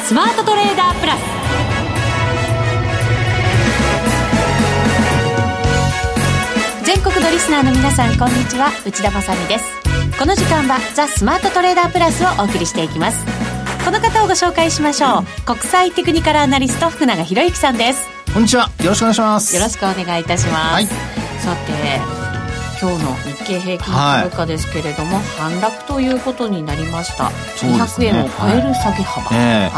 スマートトレーダープラス。全国のリスナーの皆さん、こんにちは、内田まさみです。この時間はザ・スマートトレーダープラスをお送りしていきます。この方をご紹介しましょう。国際テクニカルアナリスト、福永博之さんです。 こんにちは、よろしくお願いします。 よろしくお願いいたします、はい、さて今日の日経平均株価ですけれども、反落ということになりました。200円を超える下げ幅、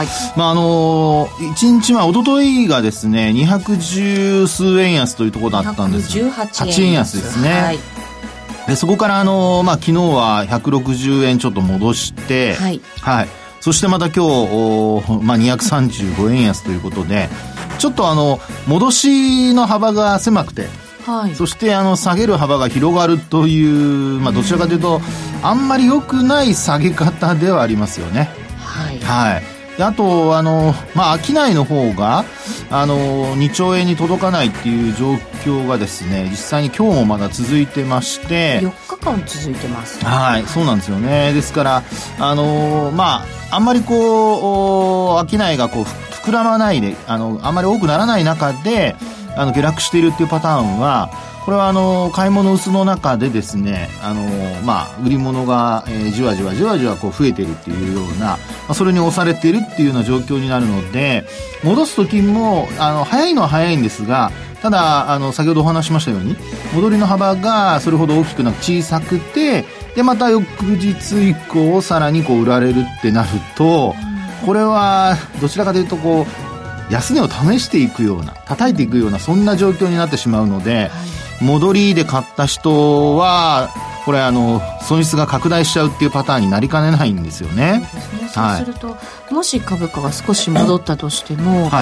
1日前、おとといがですね210数円安というところだったんです。 218 円安ですね、はい、でそこから昨日は160円ちょっと戻して、はいはい、そしてまた今日、235円安ということで、ちょっと戻しの幅が狭くて、はい、そして下げる幅が広がるという、どちらかというとあんまり良くない下げ方ではありますよね。はい、はい、であと商いの方が2兆円に届かないっていう状況がですね、実際に今日もまだ続いてまして、 4日間続いてます、 はい、そうなんですよね。ですからあんまり商いが膨らまないであんまり多くならない中で下落しているっていうパターンは、これは買い物薄の中でですね売り物が、じわじわ増えているっていうような、それに押されているっていうような状況になるので、戻す時も早いのは早いんですが、ただ先ほどお話しましたように戻りの幅がそれほど大きくなく小さくて、でまた翌日以降さらに売られるってなると、これはどちらかというと安値を試していくような、叩いていくような、そんな状況になってしまうので、戻りで買った人はこれ損失が拡大しちゃうっていうパターンになりかねないんですよね。 そうですね。そうすると、もし株価が少し戻ったとしても、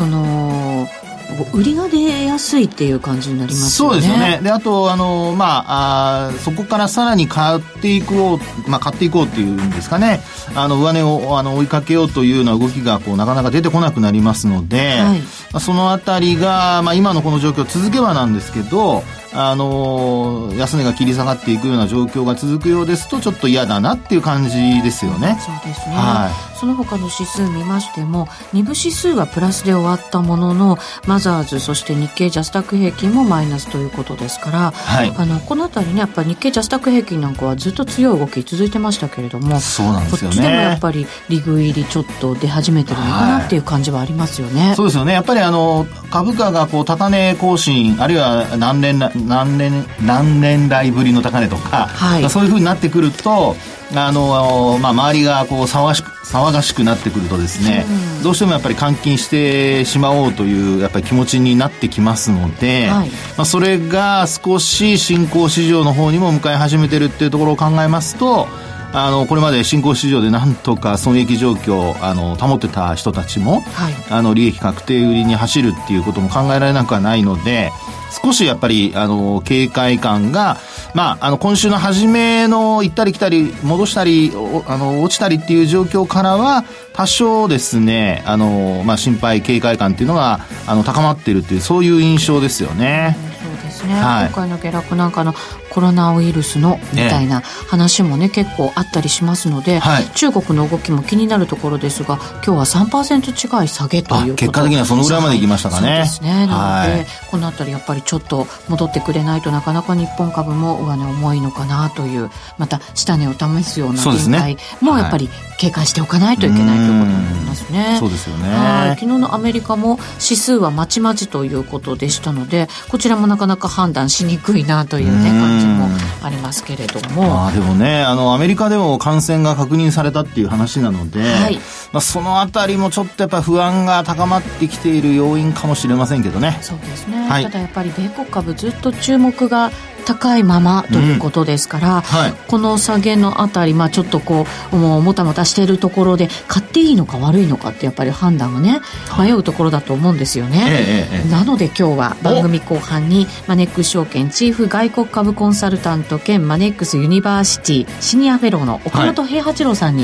売りが出やすいっていう感じになりますよね。 そうですよね。であとそこからさらに買っていこうっていうんですかね、上値を追いかけようというような動きがなかなか出てこなくなりますので、はい、そのあたりが、今のこの状況続けばなんですけど、安値が切り下がっていくような状況が続くようですと、ちょっと嫌だなっていう感じですよね。 そうですね、はい、その他の指数見ましても、2部指数はプラスで終わったものの、マザーズそして日経ジャスタック平均もマイナスということですから、はい、このあたりね、やっぱり日経ジャスタック平均なんかはずっと強い動き続いてましたけれども、 そうなんですよね、 こっちでもやっぱり利食い入りちょっと出始めてるのかなっていう感じはありますよね。はい、 そうですよね。やっぱり株価が高値更新、あるいは何年来ぶりの高値とか、はい、そういう風になってくると周りが騒がしくなってくるとですね、どうしてもやっぱり換金してしまおうというやっぱり気持ちになってきますので、はい、それが少し新興市場の方にも向かい始めてるっていうところを考えますと、これまで新興市場でなんとか損益状況を保ってた人たちも、はい、利益確定売りに走るっていうことも考えられなくはないので、少しやっぱり警戒感が、今週の初めの行ったり来たり戻したり落ちたりっていう状況からは多少ですね心配警戒感っていうのが高まっているっていう、そういう印象ですよね。 そうですね、はい、今回の下落なんかコロナウイルスのみたいな話もね、結構あったりしますので、はい、中国の動きも気になるところですが、今日は 3% 近い下げということ、 結果的にはそのぐらいまでいきましたかね。 そうですね。なので、このあたりやっぱりちょっと戻ってくれないとなかなか日本株も上値重いのかなという、また下値を試すような展開もやっぱり警戒しておかないといけないということになりますね。 そうですよね。 昨日のアメリカも指数はまちまちということでしたので、こちらもなかなか判断しにくいなというね感じもありますけれども、 でもねアメリカでも感染が確認されたっていう話なので、はい、そのあたりもちょっとやっぱ不安が高まってきている要因かもしれませんけどね。 そうですね、はい、ただやっぱり米国株ずっと注目が高いままということですから、はい、この下げのあたり、ちょっともうもたもたしているところで買っていいのか悪いのかってやっぱり判断がね迷うところだと思うんですよね。なので今日は番組後半にマネックス証券チーフ外国株コンサルタント兼マネックスユニバーシティシニアフェローの岡本平八郎さんに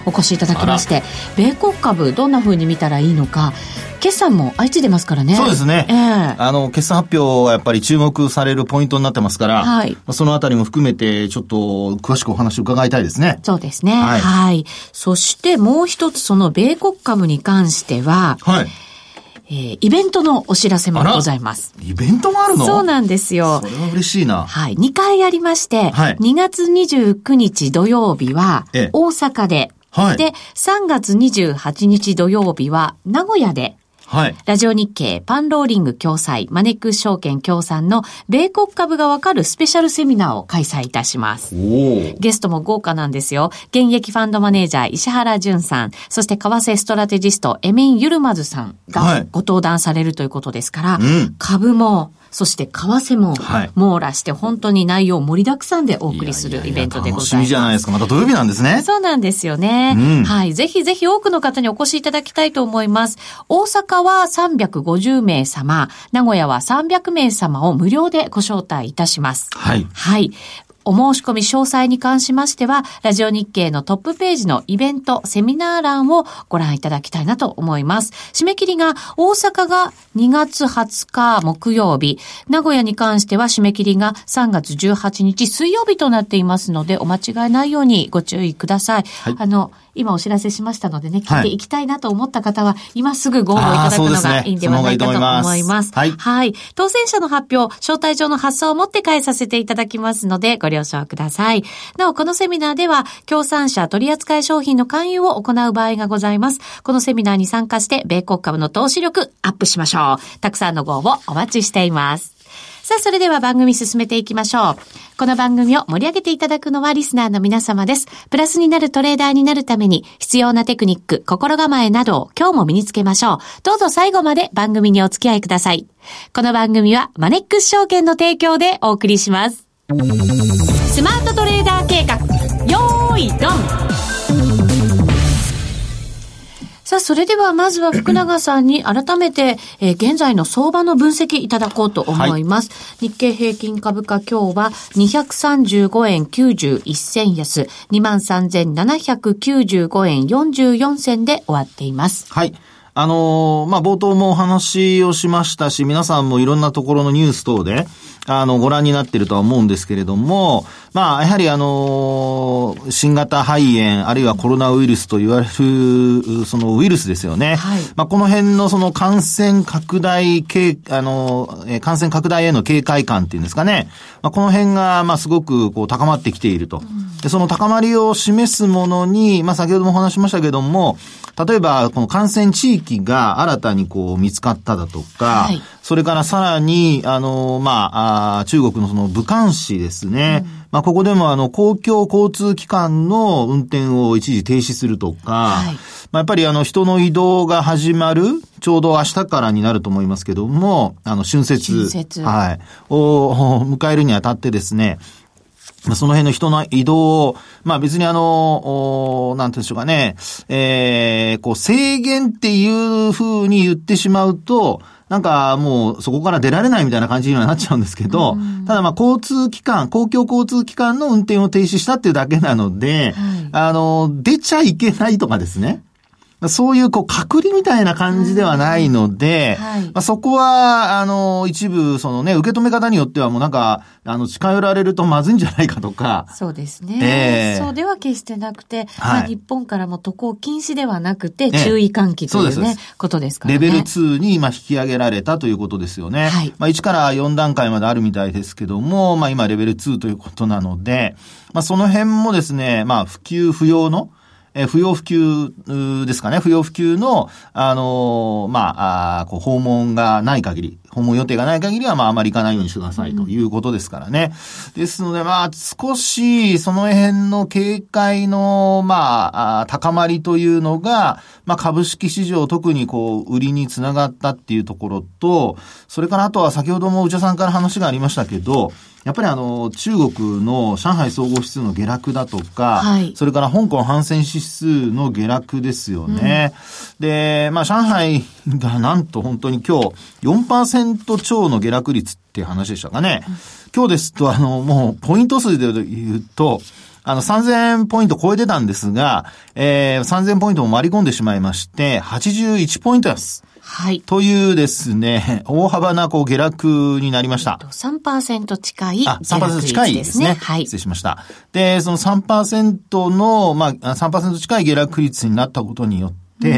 お越しいただきまして、米国株どんな風に見たらいいのか、決算も相次いでますからね。 そうですね。決算発表はやっぱり注目されるポイントになってますから、はい、そのあたりも含めてちょっと詳しくお話を伺いたいですね。 そうですね。はい。はい、そしてもう一つ、その米国株に関しては、はい、イベントのお知らせもございます。 イベントもあるの？ そうなんですよ。 それは嬉しいな。 はい。2回ありまして、はい、2月29日土曜日は大阪で、はい、で、3月28日土曜日は名古屋で、はい。ラジオ日経パンローリング共催マネックス証券協賛の米国株がわかるスペシャルセミナーを開催いたします。ゲストも豪華なんですよ。現役ファンドマネージャー石原淳さん、そして為替ストラテジストエミン・ユルマズさんがご登壇されるということですから、はい、株もそして為替も網羅して本当に内容盛りだくさんでお送りするイベントでございます。 楽しみじゃないですか。また土曜日なんですね。 そうなんですよね。はい。ぜひぜひ多くの方にお越しいただきたいと思います。大阪は350名様、名古屋は300名様を無料でご招待いたします。はい。はい。お申し込み詳細に関しましては、ラジオ日経のトップページのイベント、セミナー欄をご覧いただきたいなと思います。締め切りが、大阪が2月20日木曜日、名古屋に関しては締め切りが3月18日水曜日となっていますので、お間違いないようにご注意ください。はい、今お知らせしましたのでね、聞いていきたいなと思った方は、今すぐご応募いただくのがいいんではないかと思います。はい。はい。当選者の発表、招待状の発送をもって返させていただきますので、ご了承ください。なお、このセミナーでは、協賛者取扱い商品の勧誘を行う場合がございます。このセミナーに参加して、米国株の投資力アップしましょう。たくさんのご応募お待ちしています。さあ、それでは番組進めていきましょう。この番組を盛り上げていただくのはリスナーの皆様です。プラスになるトレーダーになるために必要なテクニック、心構えなどを今日も身につけましょう。どうぞ最後まで番組にお付き合いください。この番組はマネックス証券の提供でお送りします。スマートトレーダー計画、よーいドン。さあ、それではまずは福永さんに改めて、現在の相場の分析いただこうと思います。はい、日経平均株価今日は235円91銭安、23,795円44銭で終わっています。 はい。冒頭もお話をしましたし、皆さんもいろんなところのニュース等で、ご覧になっているとは思うんですけれども、やはり新型肺炎、あるいはコロナウイルスと言われる、そのウイルスですよね。はい。この辺のその感染拡大への警戒感っていうんですかね。この辺が、すごく高まってきていると。で、その高まりを示すものに、先ほどもお話しましたけども、例えば、この感染地域が新たに見つかっただとか、はい、それからさらに、中国のその武漢市ですね。ここでも公共交通機関の運転を一時停止するとか、はい、やっぱり人の移動が始まる、ちょうど明日からになると思いますけども、春節。はい。を迎えるにあたってですね、その辺の人の移動を、別になんて言うんでしょうかね、制限っていう風に言ってしまうと、もうそこから出られないみたいな感じにはなっちゃうんですけど、ただ交通機関、公共交通機関の運転を停止したっていうだけなので、はい、出ちゃいけないとかですね。そういう隔離みたいな感じではないので、はい、そこは一部受け止め方によってはもう近寄られるとまずいんじゃないかとか。 そうですね。そうでは決してなくて、はい、日本からも渡航禁止ではなくて注意喚起というね、ことですからね。 レベル2に引き上げられたということですよね。はい、1から4段階まであるみたいですけども、今レベル2ということなので、その辺もですね、不要不急ですかね。不要不急の、訪問がない限り、訪問予定がない限りは、あまり行かないようにしてくださいということですからね。ですので、少し、その辺の警戒の、高まりというのが、株式市場特に売りにつながったっていうところと、それからあとは先ほども内田さんから話がありましたけど、やっぱり中国の上海総合指数の下落だとか、はい、それから香港反戦指数の下落ですよね。で、上海がなんと本当に今日 4% 超の下落率っていう話でしたかね。今日ですともうポイント数で言うと、 3000ポイント超えてたんですが、3000ポイントも割り込んでしまいまして、81ポイントです。 はい。 というですね、大幅な下落になりました。 3% 近い下落率ですね。 3% 近いですね。 はい。 失礼しました。で、その 3% の、3% 近い下落率になったことによって、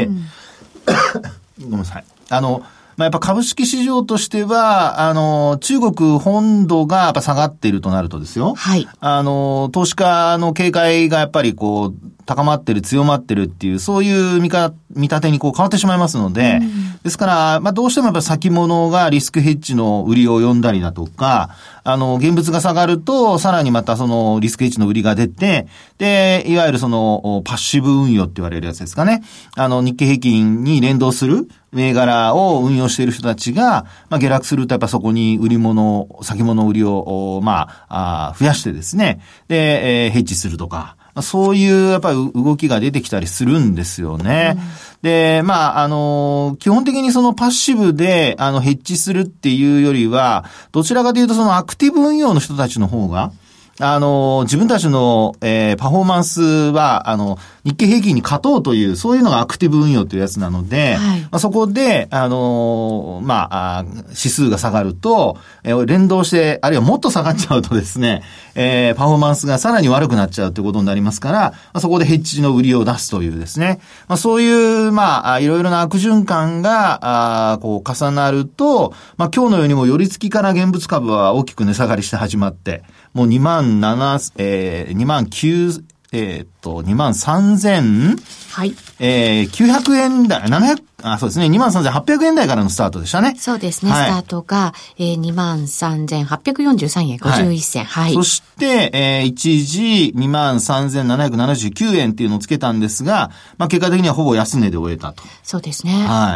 ごめんなさい。やっぱ株式市場としては、中国本土がやっぱ下がっているとなるとですよ。 はい。 投資家の警戒がやっぱり高まってる、強まってるっていう、そういう見立てに変わってしまいますので、ですから、どうしてもやっぱ先物がリスクヘッジの売りを呼んだりだとか、現物が下がると、さらにまたそのリスクヘッジの売りが出て、で、いわゆるその、パッシブ運用って言われるやつですかね。日経平均に連動する銘柄を運用している人たちが、下落するとやっぱそこに先物売りを、増やしてですね、で、ヘッジするとか、そういうやっぱり動きが出てきたりするんですよね。で、基本的にそのパッシブで、ヘッジするっていうよりは、どちらかというとそのアクティブ運用の人たちの方が、自分たちの、パフォーマンスは、日経平均に勝とうという、そういうのがアクティブ運用というやつなので、はい、そこで、指数が下がると、連動して、あるいはもっと下がっちゃうとですね、パフォーマンスがさらに悪くなっちゃうということになりますから、そこでヘッジの売りを出すというですね、そういう、いろいろな悪循環が、重なると、今日のようにも寄り付きから現物株は大きく値下がりして始まって、もう2万3000、 はい。 900円台、そうですね、23,800 円台からのスタートでしたね。 そうですね、はい、スタートが、23,843 円51銭。はい。 そして、一時23,779 円っていうのをつけたんですが、結果的にはほぼ安値で終えたと。 そうですね。 はい。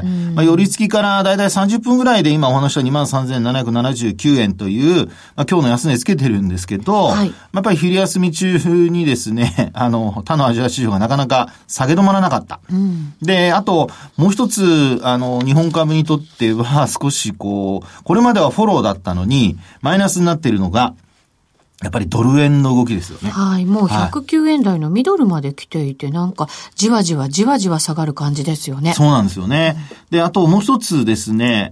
寄り付きからだいたい30分ぐらいで今お話した 23,779 円という、今日の安値つけてるんですけど、はい、やっぱり昼休み中にですね、他のアジア市場がなかなか下げ止まらなかった。で、あと、もう一つ、日本株にとっては少しこれまではフォローだったのに、マイナスになっているのが、やっぱりドル円の動きですよね。 はい。もう109円台のミドルまで来ていて、なんか、じわじわ下がる感じですよね。 そうなんですよね。で、あともう一つですね、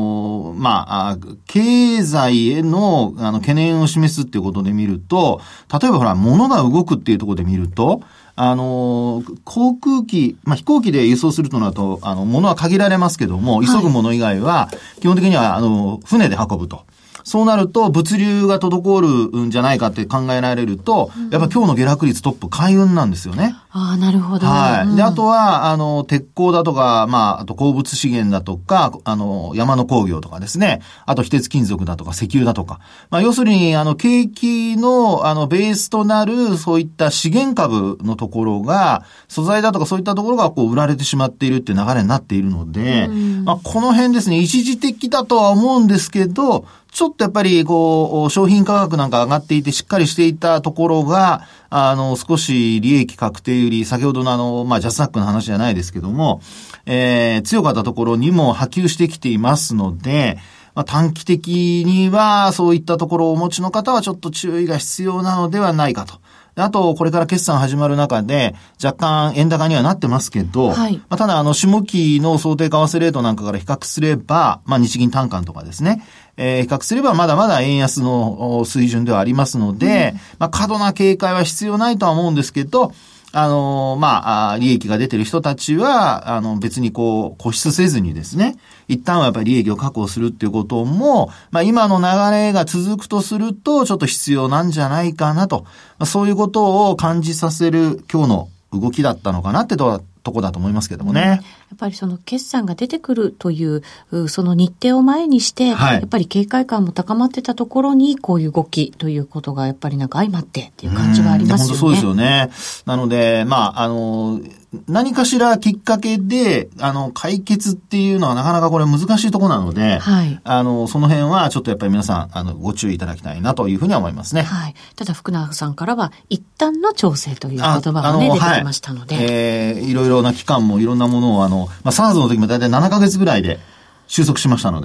経済への、懸念を示すっていうことで見ると、例えば物が動くっていうところで見ると、航空機、飛行機で輸送するとなると、物は限られますけども、急ぐもの以外は、基本的には、船で運ぶと。そうなると、物流が滞るんじゃないかって考えられると、やっぱ今日の下落率トップ、海運なんですよね。 ああ、なるほど。 はい。で、あとは、鉄鋼だとか、あと鉱物資源だとか、山の工業とかですね。あと、非鉄金属だとか、石油だとか。要するに、景気の、ベースとなる、そういった資源株のところが、素材だとかそういったところが、売られてしまっているっていう流れになっているので、この辺ですね、一時的だとは思うんですけど、ちょっとやっぱり、商品価格なんか上がっていてしっかりしていたところが、少し利益確定売り、先ほどのジャスダックの話じゃないですけども、強かったところにも波及してきていますので、短期的にはそういったところをお持ちの方はちょっと注意が必要なのではないかと。あと、これから決算始まる中で、若干円高にはなってますけど、はい、ただ、下期の想定為替レートなんかから比較すれば、日銀短観とかですね、比較すればまだまだ円安の水準ではありますので、過度な警戒は必要ないとは思うんですけど、利益が出てる人たちは、別に固執せずにですね、一旦はやっぱり利益を確保するっていうことも、今の流れが続くとすると、ちょっと必要なんじゃないかなと、そういうことを感じさせる今日の動きだったのかなってとこだと思いますけどもね。 やっぱりその決算が出てくるという、その日程を前にして、はい、やっぱり警戒感も高まってたところに、こういう動きということがやっぱりなんか相まってっていう感じはありますよね。 本当そうですよね。なので、何かしらきっかけで、解決っていうのはなかなかこれ難しいところなので、はい、その辺はちょっとやっぱり皆さん、ご注意いただきたいなというふうには思いますね。 はい。ただ福永さんからは、一旦の調整という言葉がね、出てきましたので。 いろいろな期間もいろんなものを、SARS の時も大体7ヶ月ぐらいで収束しましたので。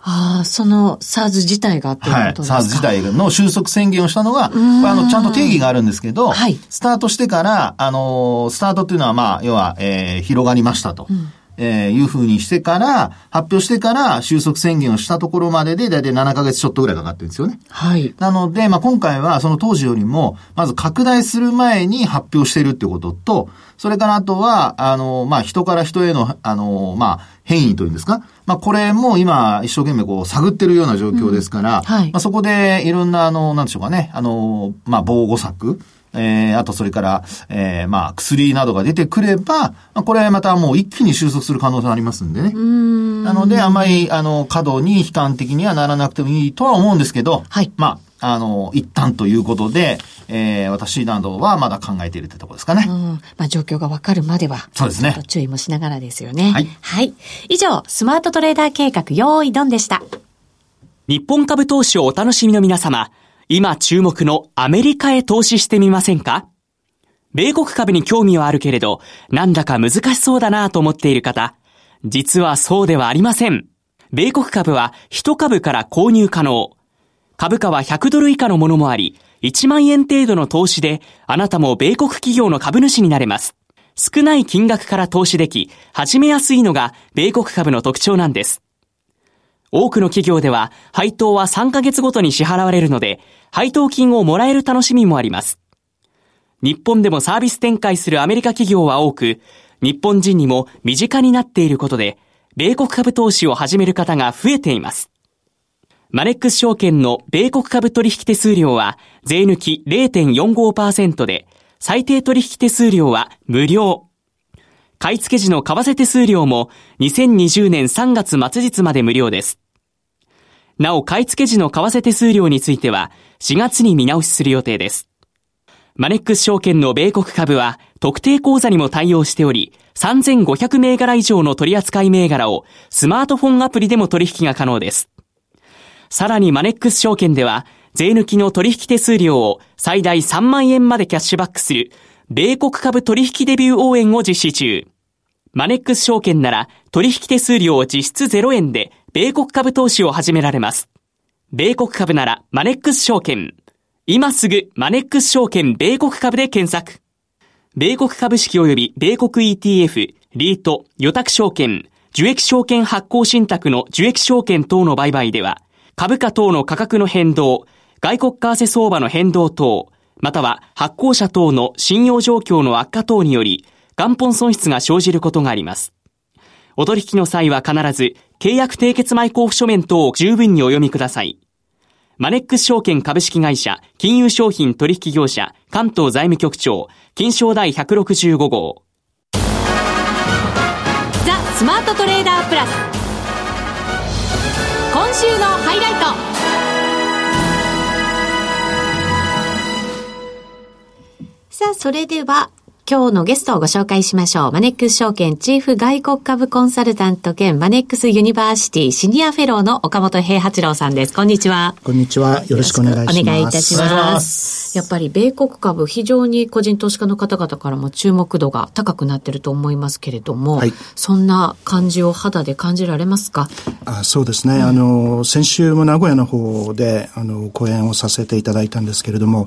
その SARS 自体がっていうことですか？ はい。SARS 自体の収束宣言をしたのが、これちゃんと定義があるんですけど、はい、スタートしてから、スタートっていうのは要は、広がりましたと。いう風にしてから、発表してから収束宣言をしたところまでで、だいたい7ヶ月ちょっとぐらいかかってるんですよね。 はい。 なので、今回はその当時よりも、まず拡大する前に発表しているっていうことと、それからあとは、人から人への、変異というんですか？これも今、一生懸命探ってるような状況ですから、はい。そこでいろんな、なんでしょうかね、防護策、あとそれから、薬などが出てくれば、これまたもう一気に収束する可能性ありますんでね。なので、あまり、過度に悲観的にはならなくてもいいとは思うんですけど、はい。一旦ということで、私などはまだ考えているってところですかね。 状況がわかるまでは。 そうですね。 ちょっと注意もしながらですよね。 はい。 はい。以上、スマートトレーダー計画用意ドンでした。 日本株投資をお楽しみの皆様、今注目のアメリカへ投資してみませんか？米国株に興味はあるけれど、なんだか難しそうだなと思っている方、実はそうではありません。米国株は1株から購入可能。株価は100ドル以下のものもあり、1万円程度の投資で、あなたも米国企業の株主になれます。少ない金額から投資でき、始めやすいのが米国株の特徴なんです。多くの企業では配当は3ヶ月ごとに支払われるので、配当金をもらえる楽しみもあります。日本でもサービス展開するアメリカ企業は多く、日本人にも身近になっていることで、米国株投資を始める方が増えています。マネックス証券の米国株取引手数料は税抜き 0.45% で、最低取引手数料は無料。買い付け時の為替手数料も2020年3月末日まで無料です。なお、買い付け時の為替手数料については4月に見直しする予定です。マネックス証券の米国株は特定口座にも対応しており、3500銘柄以上の取扱い銘柄をスマートフォンアプリでも取引が可能です。さらにマネックス証券では税抜きの取引手数料を最大3万円までキャッシュバックする米国株取引デビュー応援を実施中。マネックス証券なら取引手数料実質0円で米国株投資を始められます。米国株ならマネックス証券。今すぐマネックス証券米国株で検索。米国株式及び米国 ETF、リート、予託証券、受益証券発行信託の受益証券等の売買では、株価等の価格の変動、外国為替相場の変動等、または発行者等の信用状況の悪化等により、元本損失が生じることがあります。お取引の際は必ず、契約締結前交付書面等を十分にお読みください。マネックス証券株式会社、金融商品取引業者、関東財務局長、金商第165号。 ザ・スマートトレーダープラス。今週のハイライト。さあ、それでは今日のゲストをご紹介しましょう。マネックス証券チーフ外国株コンサルタント兼マネックスユニバーシティシニアフェローの岡本平八郎さんです。こんにちは。 こんにちは。よろしくお願いします。 お願いいたします。やっぱり米国株非常に個人投資家の方々からも注目度が高くなっていると思いますけれども、はい、そんな感じを肌で感じられますか？ そうですね。先週も名古屋の方で講演をさせていただいたんですけれども、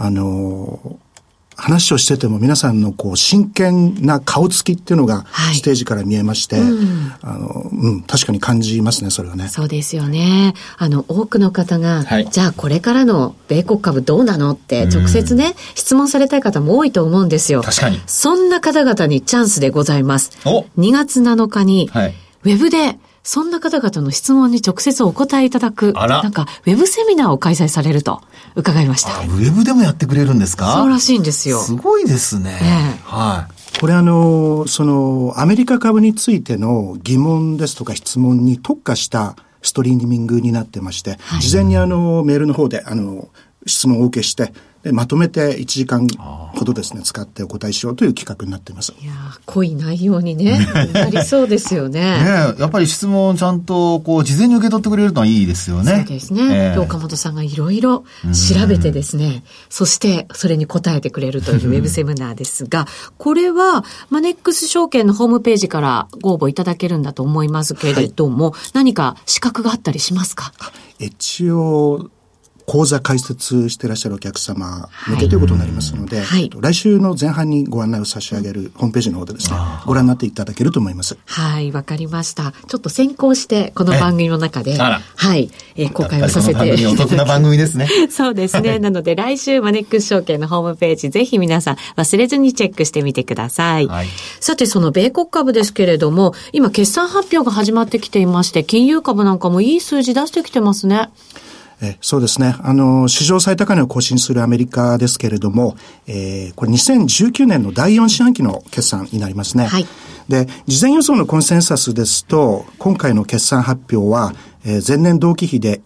話をしてても皆さんの真剣な顔つきっていうのがステージから見えまして、確かに感じますね、それはね。 そうですよね。多くの方が、はい、じゃあこれからの米国株どうなのって直接ね、質問されたい方も多いと思うんですよ。 確かに。 そんな方々にチャンスでございます。2月7日に、はい、ウェブでそんな方々の質問に直接お答えいただく、なんかウェブセミナーを開催されると伺いました。 ウェブでもやってくれるんですか？ そうらしいんですよ。 すごいですね。はい。 これアメリカ株についての疑問ですとか質問に特化したストリーミングになってまして、はい、事前にメールの方で質問をお受けして、でまとめて1時間ほどですね、使ってお答えしようという企画になっています。 いや濃い内容にね、なりそうですよね。 やっぱり質問をちゃんと事前に受け取ってくれるのはいいですよね。 そうですね。岡本さんがいろいろ調べてですね、そしてそれに答えてくれるというウェブセミナーですが、これはマネックス証券のホームページからご応募いただけるんだと思いますけれども、何か資格があったりしますか？ 一応講座開設していらっしゃるお客様向けということになりますので、来週の前半にご案内を差し上げるホームページの方でですね、ご覧になっていただけると思います。 はい、わかりました。ちょっと先行してこの番組の中で、公開をさせて。 お得な番組ですね。 そうですね。なので来週マネックス証券のホームページ、ぜひ皆さん忘れずにチェックしてみてください。さて、その米国株ですけれども、今決算発表が始まってきていまして、金融株なんかもいい数字出してきてますね。 そうですね。史上最高値を更新するアメリカですけれども、これ2019年の第4四半期の決算になりますね。で、事前予想のコンセンサスですと、今回の決算発表は、前年同期比で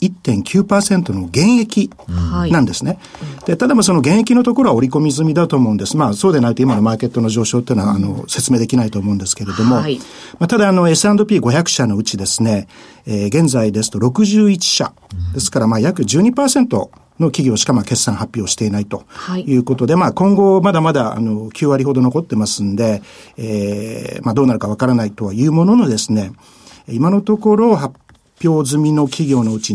1.9% の減益なんですね。で、ただその減益のところは織り込み済みだと思うんです。そうでないと今のマーケットの上昇っていうのは、説明できないと思うんですけれども、ただS&P500 社のうちですね、現在ですと61社ですから、約 12% の企業しか決算発表していないということで、今後まだまだ9割ほど残ってますんで、どうなるかわからないとはいうもののですね、今のところ発表済みの企業のうち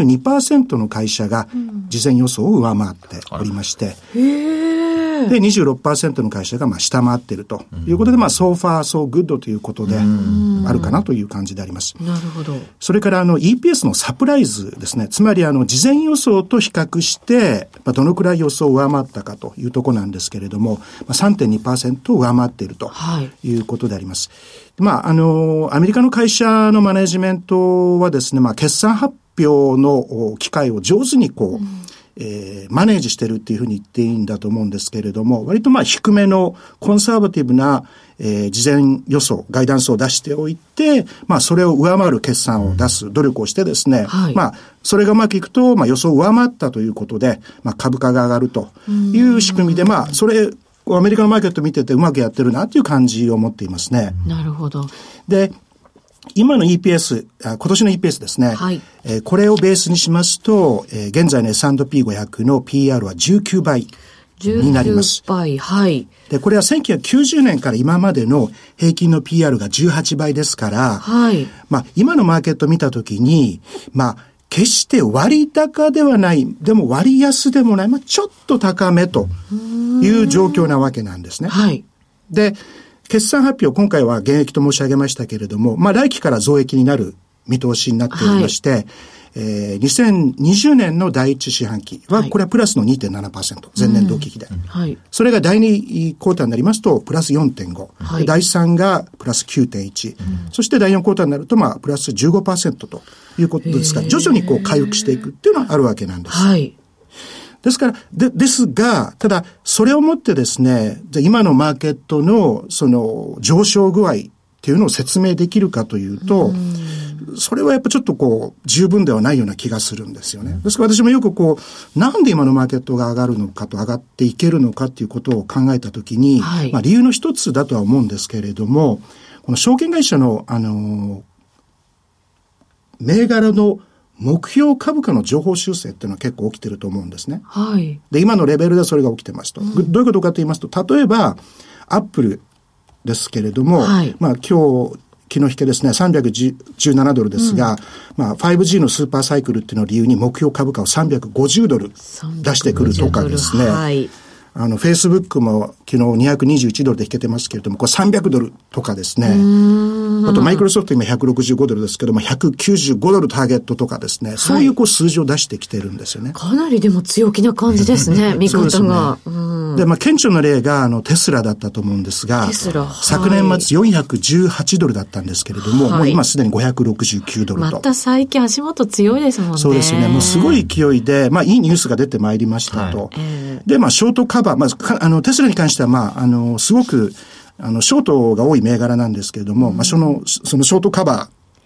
72% の会社が事前予想を上回っておりまして、で 26% の会社が下回っているということで、so far so good ということであるかなという感じであります。 なるほど。 それから EPS のサプライズですね。つまり事前予想と比較してどのくらい予想を上回ったかというところなんですけれども、3.2% 上回っているということであります。アメリカの会社のマネジメントはですね、決算発表の機会を上手にマネージしてるっていうふうに言っていいんだと思うんですけれども、割と低めのコンサバティブな、事前予想、ガイダンスを出しておいて、それを上回る決算を出す努力をしてですね、それがうまくいくと、予想を上回ったということで、株価が上がるという仕組みで、それ、アメリカのマーケット見ててうまくやってるなっていう感じを持っていますね。 なるほど。 で、今の EPS、今年の EPS ですね。これをベースにしますと、現在の S&P500 の PR は19倍になります。 19倍、 で、これは1990年から今までの平均の PR が18倍ですから、今のマーケット見たときに、決して割高ではない、でも割安でもない、ちょっと高めという状況なわけなんですね。で、決算発表、今回は減益と申し上げましたけれども、来期から増益になる見通しになっておりまして、2020年の第1四半期は、これはプラスの 2.7%、前年同期比で。それが第2クォーターになりますと、プラス 4.5、第3がプラス 9.1、そして第4クォーターになると、プラス 15% ということですから、徐々に回復していくっていうのはあるわけなんです。ですから、ですが、ただ、それをもってですね、今のマーケットの、上昇具合っていうのを説明できるかというと、それはやっぱちょっと十分ではないような気がするんですよね。ですから私もよくなんで今のマーケットが上がるのかと上がっていけるのかっていうことを考えたときに、理由の一つだとは思うんですけれども、この証券会社の、銘柄の目標株価の情報修正っていうのは結構起きてると思うんですね。で、今のレベルでそれが起きてますと。どういうことかと言いますと、例えば、アップルですけれども、昨日引けですね、317ドルですが、5G のスーパーサイクルっていうのを理由に目標株価を350ドル出してくるとかですね、Facebook も昨日221ドルで引けてますけれども、これ300ドルとかですね。あと、マイクロソフト今165ドルですけども、195ドルターゲットとかですね。そういう数字を出してきてるんですよね。 かなりでも強気な感じですね、見方が。 で、顕著な例が、テスラだったと思うんですが、昨年末418ドルだったんですけれども、もう今すでに569ドルと。 また最近足元強いですもんね。 そうですよね。もうすごい勢いで、いいニュースが出てまいりましたと。で、ショートカバー、テスラに関しては、すごく、ショートが多い銘柄なんですけれども、そのショートカバー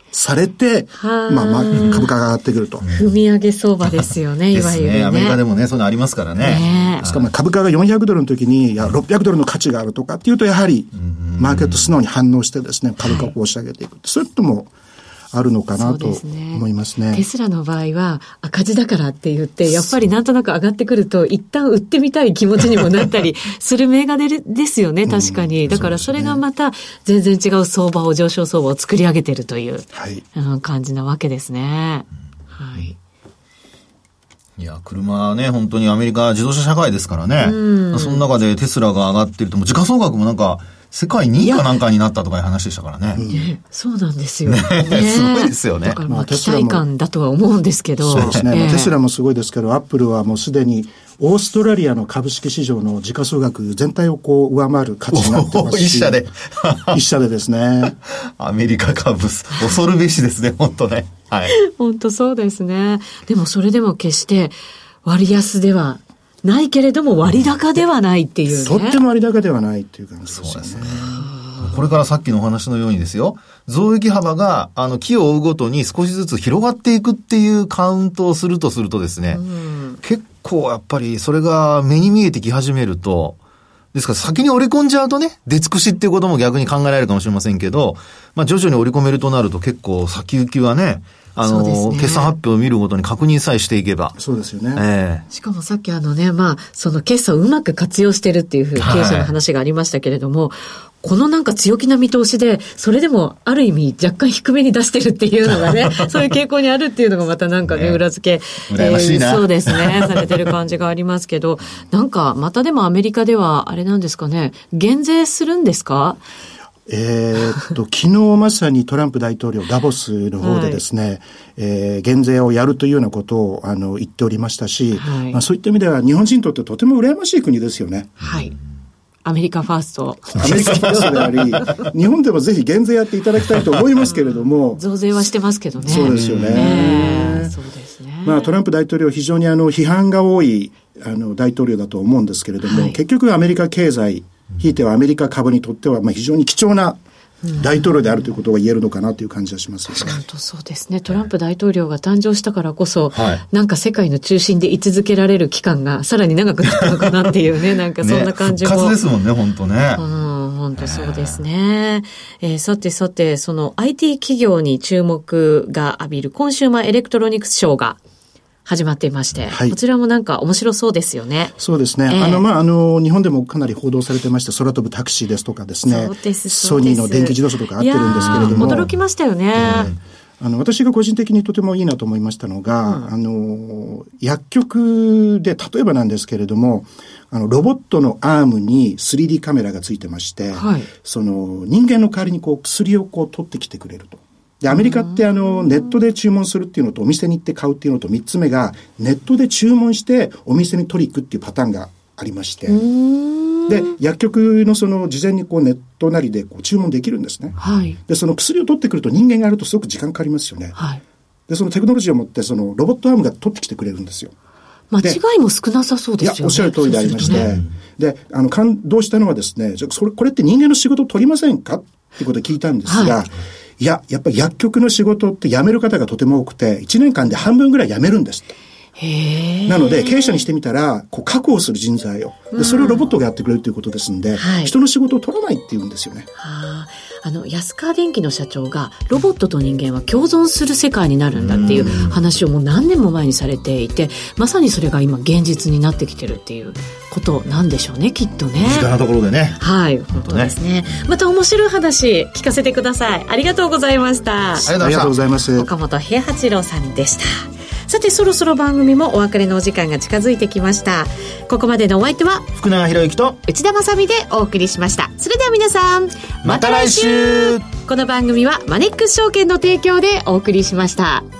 されて、株価が上がってくると。 踏み上げ相場ですよね、いわゆるね。 アメリカでもね、そういうのありますからね。 ですから株価が400ドルの時に、いや、600ドルの価値があるとかっていうと、やはり、マーケット素直に反応してですね、株価を押し上げていく。そういうことも、あるのかなと思いますね。 テスラの場合は赤字だからって言ってやっぱりなんとなく上がってくると一旦売ってみたい気持ちにもなったりする銘柄ですよね。確かに。だからそれがまた全然違う相場を上昇相場を作り上げているという、感じなわけですね。はい。 いや、車はね、本当にアメリカ自動車社会ですからね。その中でテスラが上がってると、もう時価総額もなんか、世界2位かなんかになったとかいう話でしたからね。 そうなんですよ。 すごいですよね。 だから期待感だとは思うんですけど。 そうですね。テスラもすごいですけど、アップルはもうすでにオーストラリアの株式市場の時価総額全体を上回る価値になってますし。 一社で。 一社でですね。 アメリカ株、恐るべしですね、本当ね。はい。 本当そうですね。でもそれでも決して割安ではないけれども割高ではないっていうね。 とっても割高ではないっていう感じですよね。そうですね。 これからさっきのお話のようにですよ、増益幅が、木を追うごとに少しずつ広がっていくっていうカウントをするとですね、結構やっぱりそれが目に見えてき始めると、ですから先に織り込んじゃうとね、出尽くしっていうことも逆に考えられるかもしれませんけど、徐々に織り込めるとなると結構先行きはね、決算発表を見るごとに確認さえしていけば。 そうですよね。 しかもさっきその決算をうまく活用してるっていう経営者の話がありましたけれども、このなんか強気な見通しで、それでもある意味若干低めに出してるっていうのがね、そういう傾向にあるっていうのがまたなんかね、裏付け、 羨ましいな。 そうですね、されてる感じがありますけど、なんかまたでもアメリカではあれなんですかね、減税するんですか？ 昨日まさにトランプ大統領ダボスの方でですね、減税をやるというようなことを言っておりましたし、そういった意味では日本人にとってとても羨ましい国ですよね。 はい。アメリカファースト。 アメリカファーストであり、日本でもぜひ減税やっていただきたいと思いますけれども。 増税はしてますけどね。 そうですよね。 そうですね。 トランプ大統領非常に批判が多い大統領だと思うんですけれども、結局アメリカ経済、ひいてはアメリカ株にとっては非常に貴重な大統領であるということが言えるのかなという感じがしますよね。 本当そうですね。トランプ大統領が誕生したからこそ、なんか世界の中心で居続けられる期間がさらに長くなったのかなっていうね、なんかそんな感じも。 復活ですもんね、本当ね。 本当そうですね。さて、その IT 企業に注目が浴びるコンシューマーエレクトロニクスショーが始まっていまして、こちらもなんか面白そうですよね。 そうですね。日本でもかなり報道されてました空飛ぶタクシーですとかですね。ソニーの電気自動車とかあってるんですけれども。 驚きましたよね。 私が個人的にとてもいいなと思いましたのが、薬局で例えばなんですけれども、ロボットのアームに 3D カメラがついてまして、その人間の代わりに薬を取ってきてくれると。で、アメリカってネットで注文するっていうのとお店に行って買うっていうのと3つ目がネットで注文してお店に取り行くっていうパターンがありまして。で、薬局の事前にネットなりで注文できるんですね。で、その薬を取ってくると人間がやるとすごく時間かかりますよね。で、そのテクノロジーを持ってロボットアームが取ってきてくれるんですよ。 間違いも少なさそうですよね。 いや、おっしゃる通りでありまして。で、感動したのはですね、これって人間の仕事を取りませんかっていうことを聞いたんですが、いや、やっぱり薬局の仕事って辞める方がとても多くて、1年間で半分ぐらい辞めるんですって。なので、経営者にしてみたら、確保する人材を。で、それをロボットがやってくれるということですんで、人の仕事を取らないっていうんですよね。 安川電機の社長がロボットと人間は共存する世界になるんだっていう話をもう何年も前にされていて、まさにそれが今現実になってきてるっていうことなんでしょうね、きっとね。 身近なところでね。 本当ですね。また面白い話聞かせてください。ありがとうございました。 ありがとうございます。 岡本平八郎さんでした。さて、そろそろ番組もお別れのお時間が近づいてきました。ここまでのお相手は福永博之と内田まさみでお送りしました。それでは皆さん、 また来週。 この番組はマネックス証券の提供でお送りしました。